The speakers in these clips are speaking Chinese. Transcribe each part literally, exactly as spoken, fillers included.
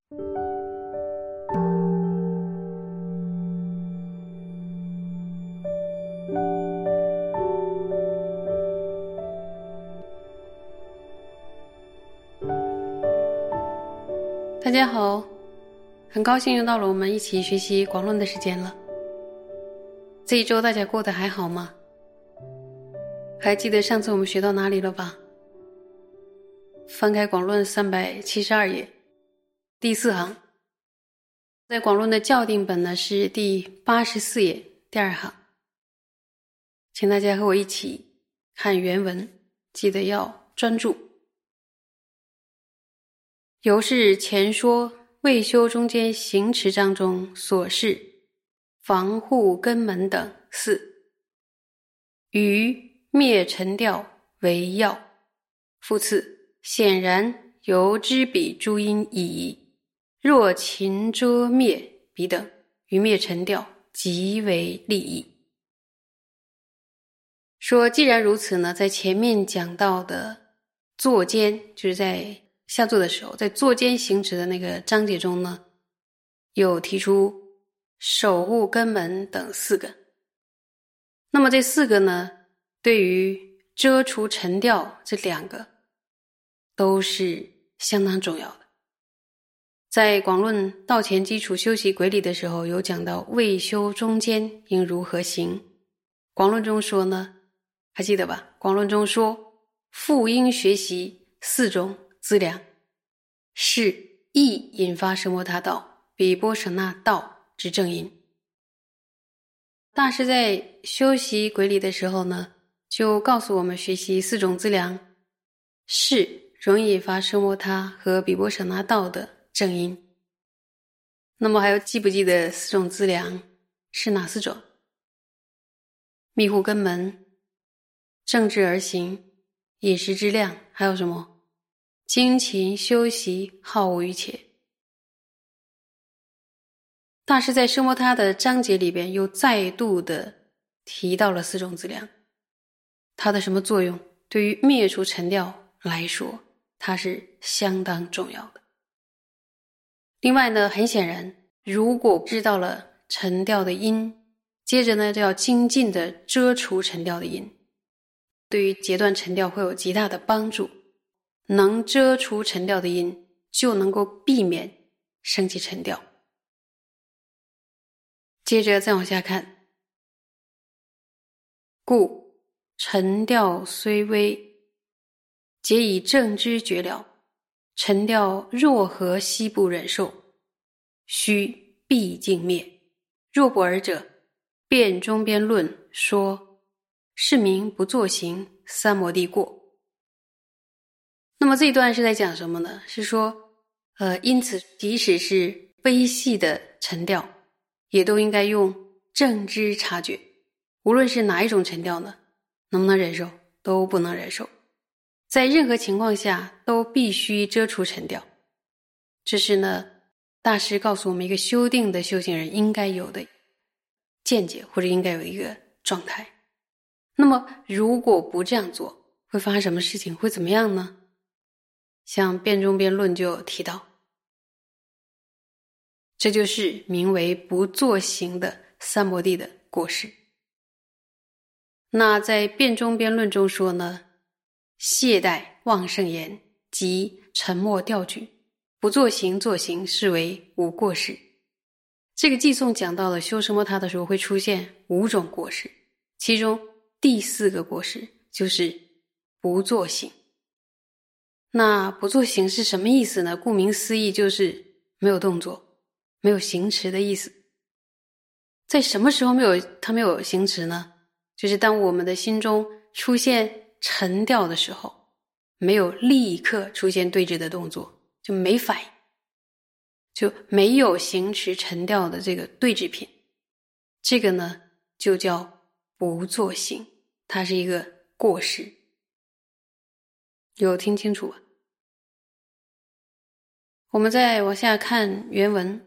大家好，很高兴又到了我们一起学习广论的时间了。这一周大家过得还好吗？还记得上次我们学到哪里了吧？翻开广论三百七十二页，第四行，在广论的校订本呢是第八十四页第二行，请大家和我一起看原文，记得要专注。由是前说未修中间行持章中所示防护根门等四，于灭尘调为要。复次，显然由知彼诸因矣，若勤遮灭彼等，于灭尘调即为利益。说既然如此呢，在前面讲到的坐间，就是在下座的时候，在坐间行持的那个章节中呢，有提出守护根门等四个。那么这四个呢，对于遮除尘调这两个都是相当重要的。在广论道前基础修习轨理的时候，有讲到未修中间应如何行。广论中说呢，还记得吧？广论中说，复应学习四种资粮，是易引发奢摩他道、比波舍那道之正因。大师在修习轨理的时候呢，就告诉我们学习四种资粮是容易引发奢摩他和比波舍那道的正因。那么还有记不记得四种资粮是哪四种？密护根门、正直而行、饮食之量，还有什么？精勤修习，好恶于且。大师在奢摩他的章节里边又再度的提到了四种资粮，它的什么作用？对于灭除尘调来说，它是相当重要的。另外呢，很显然，如果知道了尘调的因，接着呢就要精进的遮除尘调的因，对于截断尘调会有极大的帮助。能遮除尘调的因，就能够避免升起尘调。接着再往下看，故尘调虽微，皆以正知觉了，尘调若何悉不忍受，须毕竟灭。若不尔者，辩中边论说，是名不作行，三摩地过。那么这一段是在讲什么呢？是说呃，因此即使是微细的尘调，也都应该用正知察觉。无论是哪一种尘调呢，能不能忍受？都不能忍受。在任何情况下都必须遮除尘调。这是呢，大师告诉我们一个修定的修行人应该有的见解，或者应该有一个状态。那么如果不这样做，会发生什么事情？会怎么样呢？像辩中边论就有提到，这就是名为不作行的三摩地的过失。那在辩中边论中说呢，懈怠妄圣言及沉默调举，不作行作行是为无过失。这个寄颂讲到了修奢摩他的时候会出现五种过失，其中第四个过失就是不作行。那不作行是什么意思呢？顾名思义，就是没有动作，没有行持的意思。在什么时候没有它没有行持呢？就是当我们的心中出现尘调的时候，没有立刻出现对峙的动作，就没反应，就没有行持尘调的这个对峙品。这个呢，就叫不作行，它是一个过失。有听清楚啊？我们再往下看原文，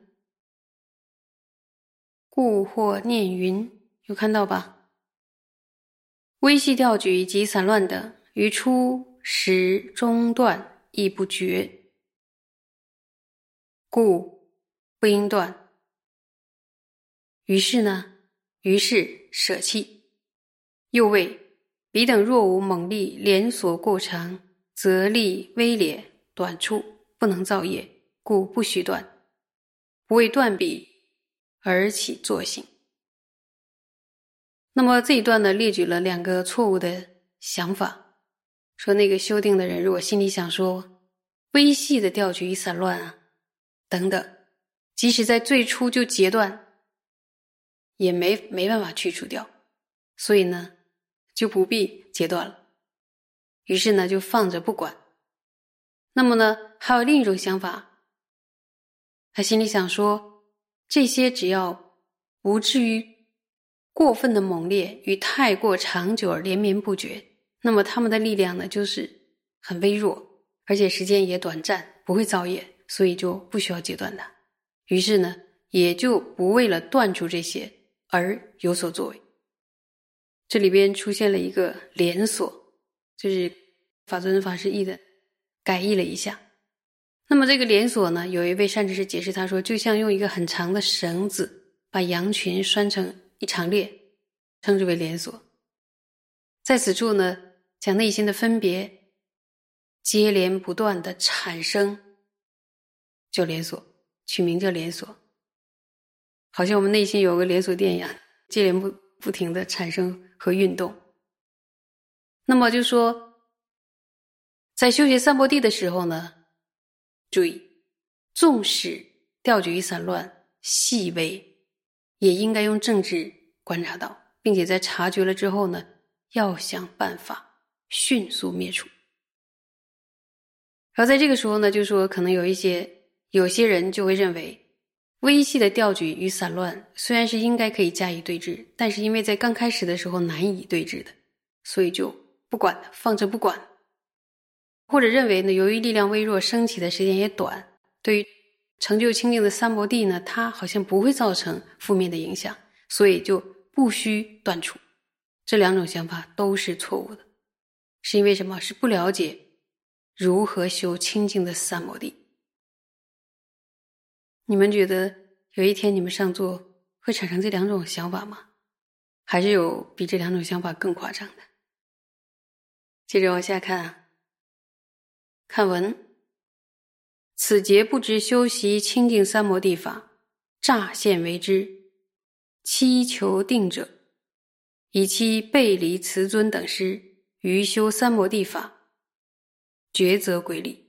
故或念云，有看到吧？微细调举及散乱等，于初时中断亦不绝。 故不应断。于是呢，于是舍弃。又谓彼等若无猛力连锁过长，则力微劣短处，不能造业，故不须断。不为断彼而起作性。那么这一段呢，列举了两个错误的想法，说那个修定的人如果心里想说微细的调举与散乱啊等等，即使在最初就截断，也没没办法去除掉，所以呢就不必截断了，于是呢就放着不管。那么呢还有另一种想法，他心里想说这些只要不至于过分的猛烈与太过长久而连绵不绝，那么他们的力量呢就是很微弱，而且时间也短暂，不会造业，所以就不需要截断它。于是呢也就不为了断除这些而有所作为。这里边出现了一个连锁，就是法尊法师译的改译了一下。那么这个连锁呢，有一位善知识解释，他说就像用一个很长的绳子把羊群拴成一长列，称之为连锁。在此处呢，将内心的分别接连不断的产生叫连锁，取名叫连锁，好像我们内心有个连锁店一样，接连不不停的产生和运动。那么就说在修学三摩地的时候呢，注意纵使调举与散乱细微，也应该用正知观察到，并且在察觉了之后呢，要想办法迅速灭除。然后在这个时候呢，就说可能有一些有些人就会认为微细的调举与散乱虽然是应该可以加以对治，但是因为在刚开始的时候难以对治的，所以就不管了，放着不管。或者认为呢，由于力量微弱，升起的时间也短，对于成就清净的三摩地呢，它好像不会造成负面的影响，所以就不需断除。这两种想法都是错误的，是因为什么？是不了解如何修清净的三摩地。你们觉得有一天你们上座会产生这两种想法吗？还是有比这两种想法更夸张的？接着往下看啊，看文，此节不知修习清净三摩地法，乍现为之，期求定者，以其背离慈尊等师，于修三摩地法，抉择鬼理。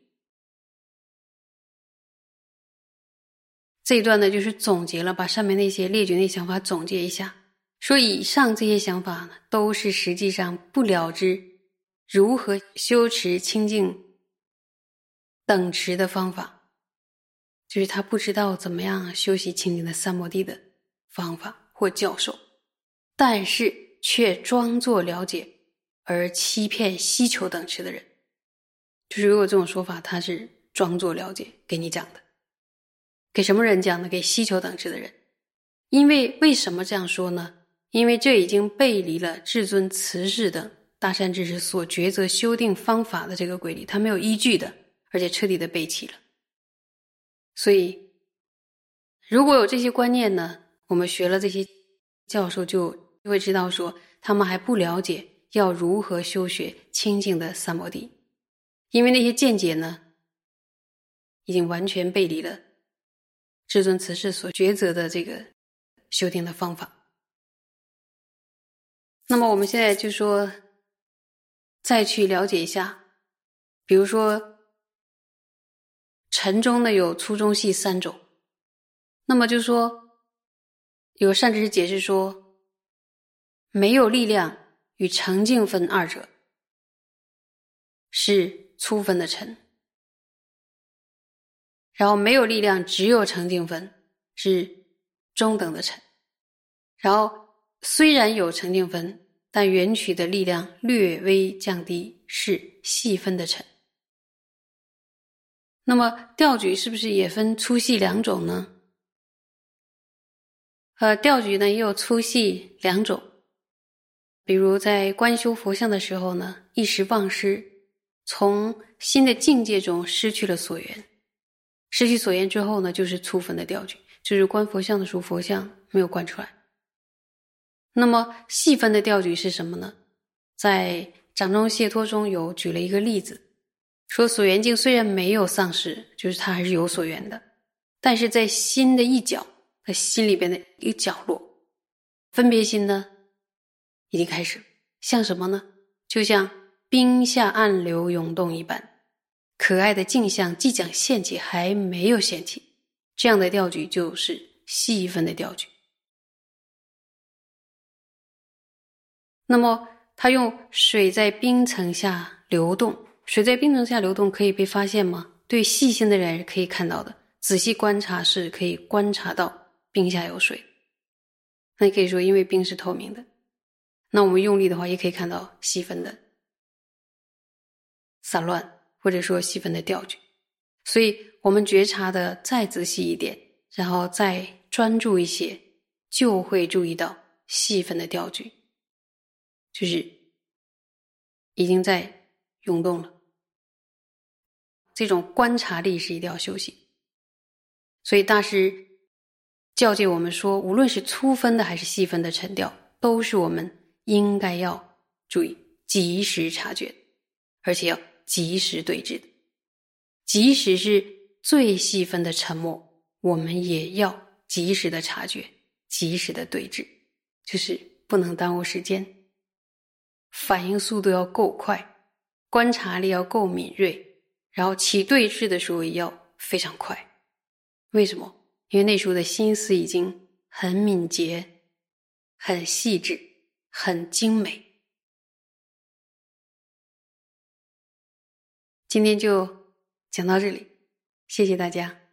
这一段呢，就是总结了，把上面那些列举那些想法总结一下，说以上这些想法呢，都是实际上不了知如何修持清净等持的方法，就是他不知道怎么样修习清净的三摩地的方法或教授，但是却装作了解而欺骗希求等持的人。就是如果这种说法，他是装作了解给你讲的，给什么人讲呢？给希求等持的人。因为为什么这样说呢？因为这已经背离了至尊慈氏等大善知识所抉择修订方法的这个规律，他没有依据的，而且彻底的背弃了。所以如果有这些观念呢，我们学了这些教授就就会知道说，他们还不了解要如何修学清净的三摩地，因为那些见解呢已经完全背离了至尊慈氏所抉择的这个修订的方法。那么我们现在就说再去了解一下，比如说禅中呢有粗中细三种，那么就说有善知识解释说，没有力量与澄净分二者是粗分的尘，然后没有力量只有澄净分是中等的尘，然后虽然有澄净分，但缘取的力量略微降低是细分的尘。那么调举是不是也分粗细两种呢？呃，调举呢也有粗细两种，比如在观修佛像的时候呢，一时忘失，从新的境界中失去了所缘， 失去所言之后呢，就是粗分的调举，就是观佛像的时候佛像没有观出来。那么细分的调举是什么呢？在掌中解脱中有举了一个例子，说所缘境虽然没有丧失，就是它还是有所缘的，但是在心的一角，在心里边的一个角落，分别心呢已经开始，像什么呢？就像冰下暗流涌动一般，可爱的镜像即将现起，还没有现起，这样的调举就是细分的调举。那么他用水在冰层下流动，水在冰层下流动可以被发现吗？对细心的人可以看到的，仔细观察是可以观察到冰下有水。那你可以说因为冰是透明的，那我们用力的话也可以看到细分的散乱，或者说细分的调举。所以我们觉察的再仔细一点，然后再专注一些，就会注意到细分的调举，就是已经在涌动了。这种观察力是一定要修习。所以大师教诫我们说，无论是粗分的还是细分的沉调，都是我们应该要注意及时察觉，而且要及时对治的。即使是最细分的沉默，我们也要及时的察觉，及时的对治，就是不能耽误时间，反应速度要够快，观察力要够敏锐，然后起对峙的时候也要非常快。为什么？因为那时候的心思已经很敏捷，很细致，很精美。今天就讲到这里，谢谢大家。